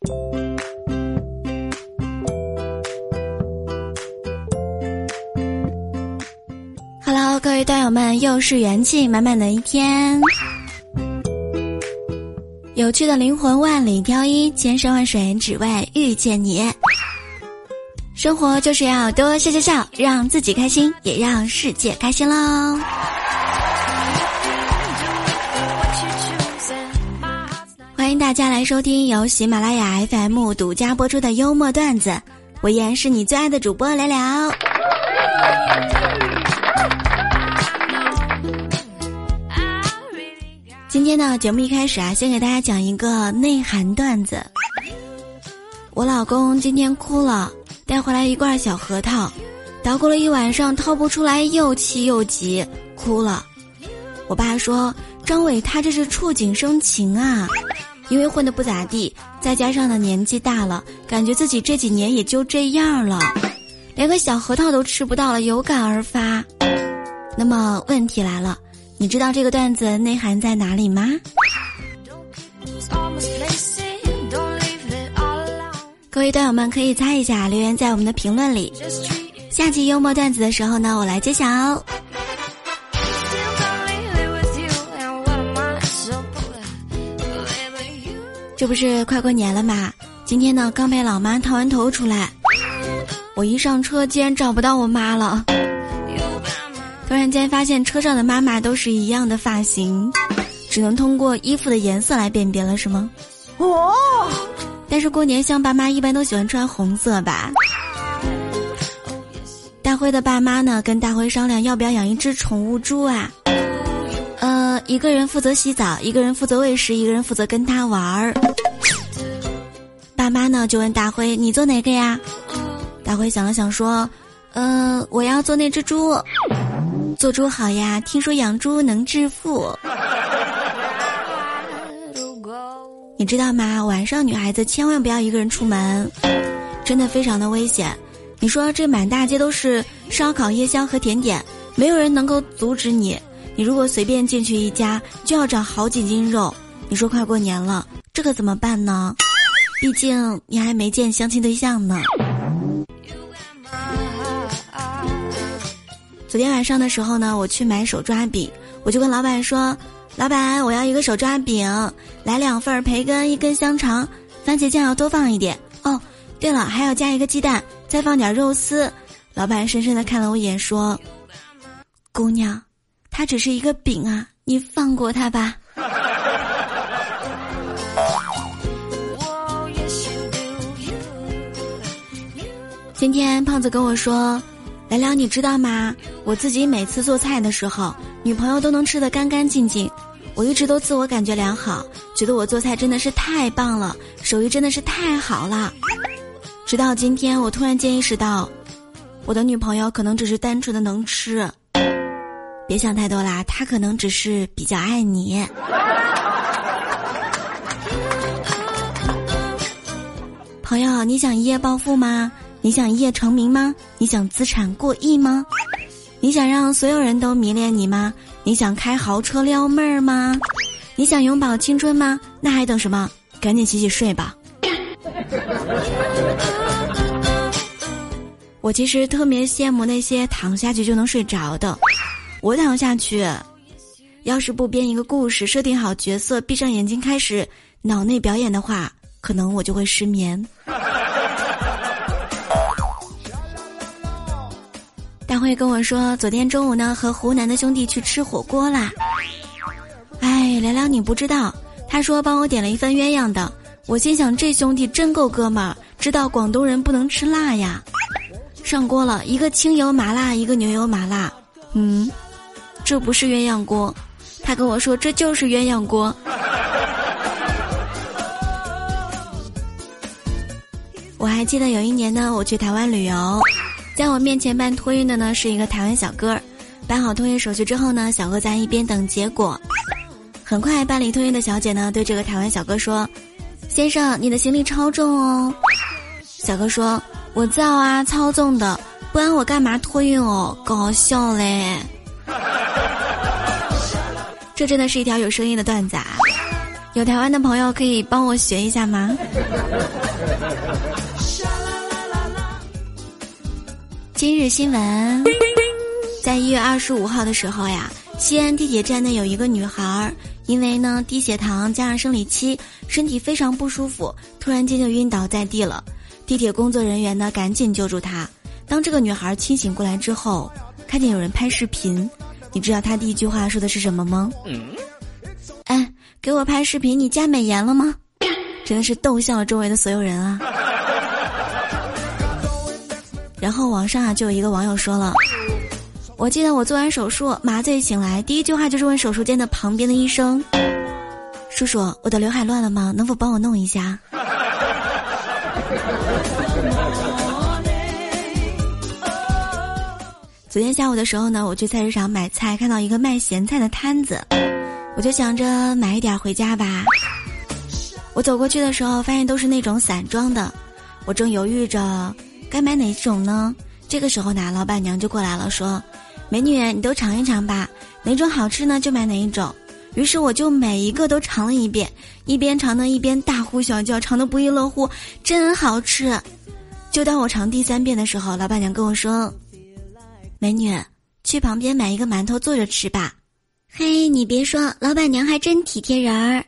Hello， 各位段友们，又是元气满满的一天。有趣的灵魂万里挑一，千山万水只为遇见你。生活就是要多笑笑笑，让自己开心，也让世界开心喽。欢迎大家来收听由喜马拉雅 FM 独家播出的幽默段子，我依然是你最爱的主播聊聊。今天呢，节目一开始先给大家讲一个内涵段子。我老公今天哭了，带回来一罐小核桃，捣鼓了一晚上掏不出来，又气又急，哭了。我爸说张伟他这是触景生情啊，因为混得不咋地，再加上呢年纪大了，感觉自己这几年也就这样了，连个小核桃都吃不到了，有感而发。那么问题来了，你知道这个段子内涵在哪里吗？各位段友们可以猜一下，留言在我们的评论里。下期幽默段子的时候呢，我来揭晓哦。这不是快过年了嘛，今天呢刚陪老妈烫完头出来，我一上车竟然找不到我妈了。突然间发现车上的妈妈都是一样的发型，只能通过衣服的颜色来辨别了是吗？哦，但是过年像爸妈一般都喜欢穿红色吧。大辉的爸妈呢跟大辉商量要不要养一只宠物猪啊，一个人负责洗澡，一个人负责喂食，一个人负责跟他玩儿。爸妈呢就问大辉你做哪个呀？大辉想了想说我要做那只猪。做猪好呀，听说养猪能致富。你知道吗？晚上女孩子千万不要一个人出门，真的非常的危险。你说这满大街都是烧烤、夜宵和甜点，没有人能够阻止你。你如果随便进去一家，就要长好几斤肉。你说快过年了，这可怎么办呢？毕竟你还没见相亲对象呢。昨天晚上的时候呢，我去买手抓饼，我就跟老板说，老板我要一个手抓饼，来2份培根，1根香肠，番茄酱要多放一点。哦，对了，还要加一个鸡蛋，再放点肉丝。老板深深地看了我一眼说，姑娘，它只是一个饼啊，你放过它吧。今天胖子跟我说，聊聊你知道吗？我自己每次做菜的时候，女朋友都能吃得干干净净。我一直都自我感觉良好，觉得我做菜真的是太棒了，手艺真的是太好了。直到今天，我突然间意识到，我的女朋友可能只是单纯的能吃。别想太多啦，她可能只是比较爱你。朋友，你想一夜暴富吗？你想一夜成名吗？你想资产过亿吗？你想让所有人都迷恋你吗？你想开豪车撩妹儿吗？你想永葆青春吗？那还等什么？赶紧洗洗睡吧。我其实特别羡慕那些躺下去就能睡着的。我躺下去，要是不编一个故事，设定好角色，闭上眼睛开始脑内表演的话，可能我就会失眠。大辉跟我说，昨天中午呢和湖南的兄弟去吃火锅啦。哎，聊聊你不知道，他说帮我点了一份鸳鸯的。我心想这兄弟真够哥们儿，知道广东人不能吃辣呀。上锅了，一个清油麻辣，一个牛油麻辣。这不是鸳鸯锅。他跟我说这就是鸳鸯锅。我还记得有一年呢，我去台湾旅游，在我面前办托运的呢是一个台湾小哥。办好托运手续之后呢，小哥在一边等结果。很快办理托运的小姐呢对这个台湾小哥说，先生，你的行李超重哦。小哥说，我造啊，操纵的，不然我干嘛托运哦，搞笑嘞。这真的是一条有声音的段子啊。 有台湾的朋友可以帮我学一下吗？今日新闻，在1月25号的时候呀，西安地铁站内有一个女孩，因为呢低血糖加上生理期，身体非常不舒服，突然间就晕倒在地了。地铁工作人员呢赶紧救助她。当这个女孩清醒过来之后，看见有人拍视频，你知道她第一句话说的是什么吗？哎，给我拍视频，你加美颜了吗？真的是逗笑了周围的所有人啊。然后网上就有一个网友说了，我记得我做完手术麻醉醒来，第一句话就是问手术间的旁边的医生，叔叔，我的刘海乱了吗？能否帮我弄一下？昨天下午的时候呢，我去菜市场买菜，看到一个卖咸菜的摊子，我就想着买一点回家吧。我走过去的时候发现都是那种散装的，我正犹豫着该买哪种呢？这个时候呢，老板娘就过来了，说，美女，你都尝一尝吧，哪种好吃呢就买哪一种。于是我就每一个都尝了一遍，一边尝呢一边大呼小叫，尝得不亦乐乎，真好吃。就当我尝第3遍的时候，老板娘跟我说，美女，去旁边买一个馒头坐着吃吧。嘿，你别说，老板娘还真体贴人儿。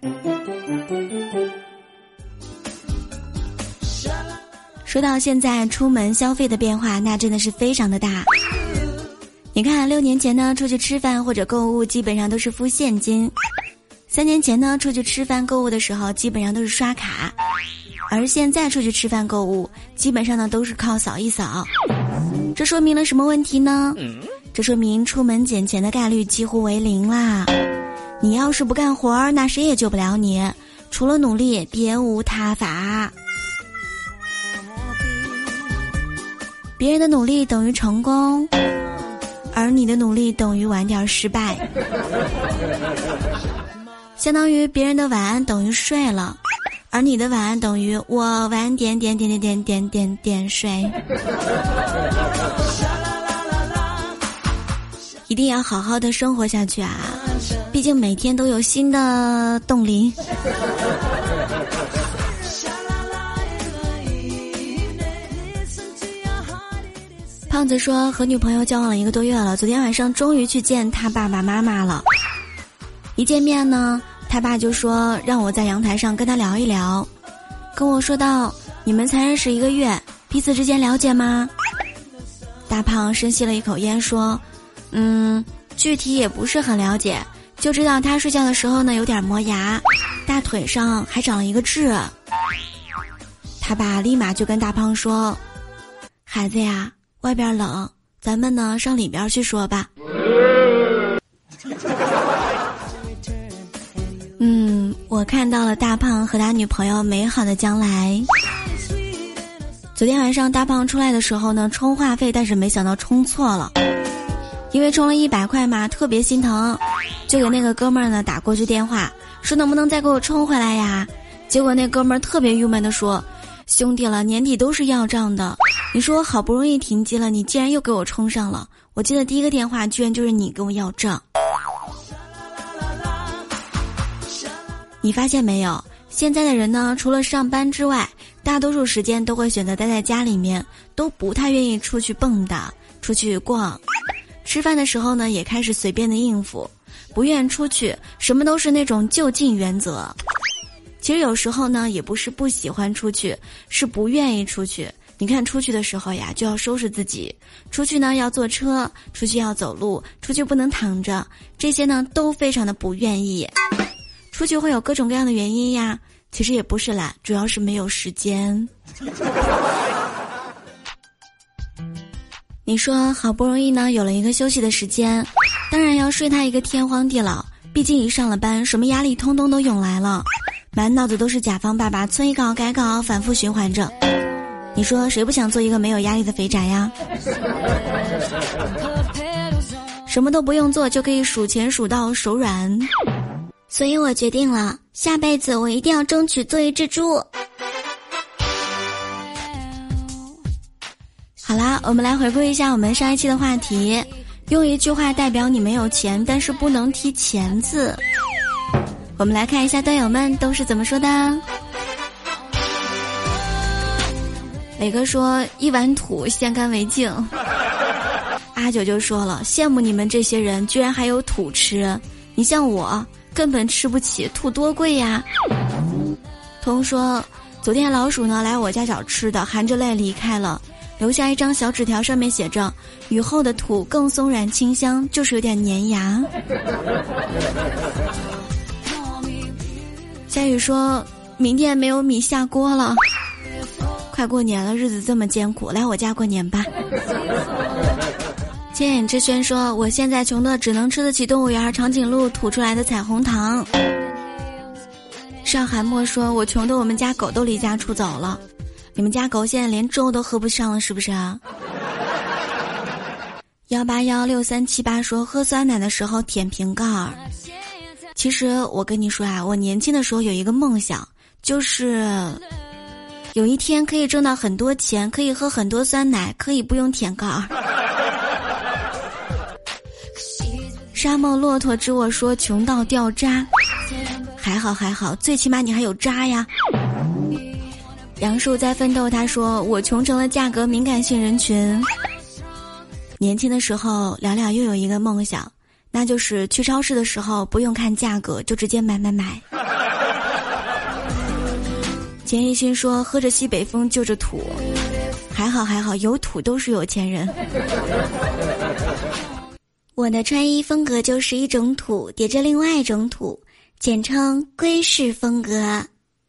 说到现在出门消费的变化，那真的是非常的大。你看6年前呢，出去吃饭或者购物基本上都是付现金；3年前呢，出去吃饭购物的时候基本上都是刷卡，而现在出去吃饭购物基本上呢都是靠扫一扫。这说明了什么问题呢？这说明出门捡钱的概率几乎为0啦。你要是不干活，那谁也救不了你，除了努力别无他法。别人的努力等于成功，而你的努力等于晚点失败。相当于别人的晚安等于睡了，而你的晚安等于我晚点睡。一定要好好的生活下去啊，毕竟每天都有新的动力。胖子说和女朋友交往了1个多月了，昨天晚上终于去见他爸爸妈妈了。一见面呢，他爸就说让我在阳台上跟他聊一聊，跟我说道，你们才认识1个月，彼此之间了解吗？大胖深吸了一口烟说，具体也不是很了解，就知道他睡觉的时候呢有点磨牙，大腿上还长了一个痣。他爸立马就跟大胖说，孩子呀，外边冷，咱们呢上里边去说吧。我看到了大胖和他女朋友美好的将来。昨天晚上大胖出来的时候呢，充话费，但是没想到充错了，因为充了100块嘛，特别心疼，就给那个哥们儿呢打过去电话，说能不能再给我充回来呀？结果那哥们儿特别郁闷地说，兄弟了，年底都是要账的，你说我好不容易停机了，你竟然又给我充上了，我记得第1个电话居然就是你跟我要账。你发现没有，现在的人呢，除了上班之外，大多数时间都会选择待在家里面，都不太愿意出去蹦跶，出去逛。吃饭的时候呢，也开始随便的应付，不愿出去，什么都是那种就近原则。其实有时候呢，也不是不喜欢出去，是不愿意出去。你看出去的时候呀，就要收拾自己，出去呢要坐车，出去要走路，出去不能躺着，这些呢都非常的不愿意。出去会有各种各样的原因呀，其实也不是懒，主要是没有时间。你说好不容易呢有了一个休息的时间，当然要睡他一个天荒地老，毕竟一上了班，什么压力通通都涌来了，满脑子都是甲方爸爸催稿改稿，反复循环着。你说谁不想做一个没有压力的肥宅呀？什么都不用做就可以数钱数到手软。所以我决定了，下辈子我一定要争取做一只猪。好啦，我们来回顾一下我们上一期的话题，用一句话代表你没有钱，但是不能提钱字。 我们来看一下段友们都是怎么说的。磊哥说一碗土先干为敬。阿九就说了，羡慕你们这些人居然还有土吃，你像我根本吃不起，土多贵呀。彤说昨天老鼠呢来我家找吃的，含着泪离开了，留下一张小纸条，上面写着雨后的土更松软清香，就是有点粘牙。夏雨说明天没有米下锅了，快过年了，日子这么艰苦，来我家过年吧。千眼之轩说我现在穷的只能吃得起动物园长颈鹿吐出来的彩虹糖。上海漠说我穷的我们家狗都离家出走了，你们家狗现在连粥都喝不上了是不是啊？1816378说喝酸奶的时候舔瓶盖儿。其实我跟你说啊，我年轻的时候有一个梦想，就是有一天可以挣到很多钱，可以喝很多酸奶，可以不用舔盖儿。沙漠骆驼之我说穷到掉渣，还好，最起码你还有渣呀。杨树在奋斗，他说我穷成了价格敏感性人群。年轻的时候聊聊又有一个梦想，那就是去超市的时候不用看价格就直接买。钱一心说喝着西北风就着土，还好，有土都是有钱人。我的穿衣风格就是一种土叠着另外一种土，简称龟式风格。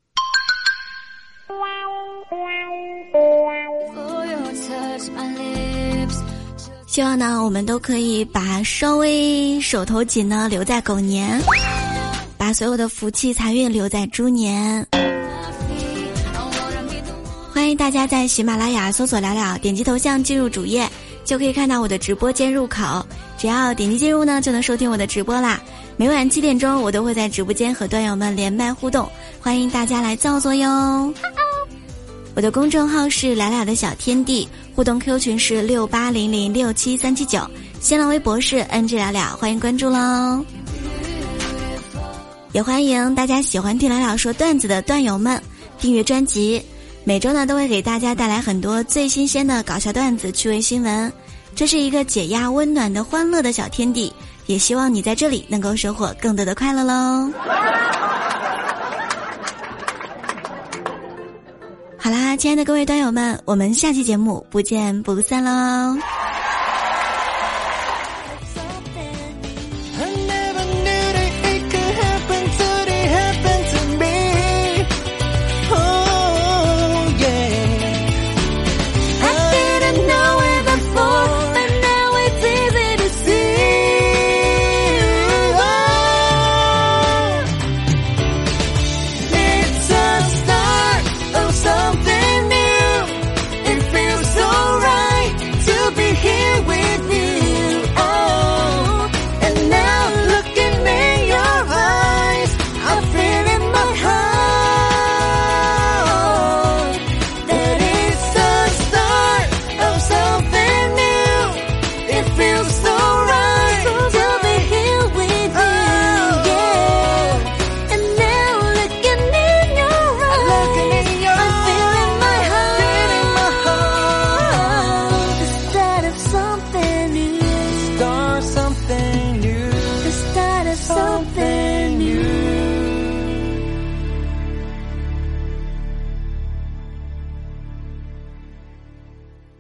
希望呢我们都可以把稍微手头紧呢留在狗年，把所有的福气财运留在猪年。欢迎大家在喜马拉雅搜索聊聊，点击头像进入主页就可以看到我的直播间入口，只要点击进入呢就能收听我的直播啦。每晚7点钟我都会在直播间和段友们连麦互动，欢迎大家来造作哟。我的公众号是聊聊的小天地，互动 Q 群是6800673779，新浪微博是 NG 聊聊，欢迎关注喽。也欢迎大家喜欢听聊聊说段子的段友们订阅专辑，每周呢都会给大家带来很多最新鲜的搞笑段子、趣味新闻，这是一个解压温暖的欢乐的小天地，也希望你在这里能够收获更多的快乐喽。好啦，亲爱的各位段友们，我们下期节目不见不散喽。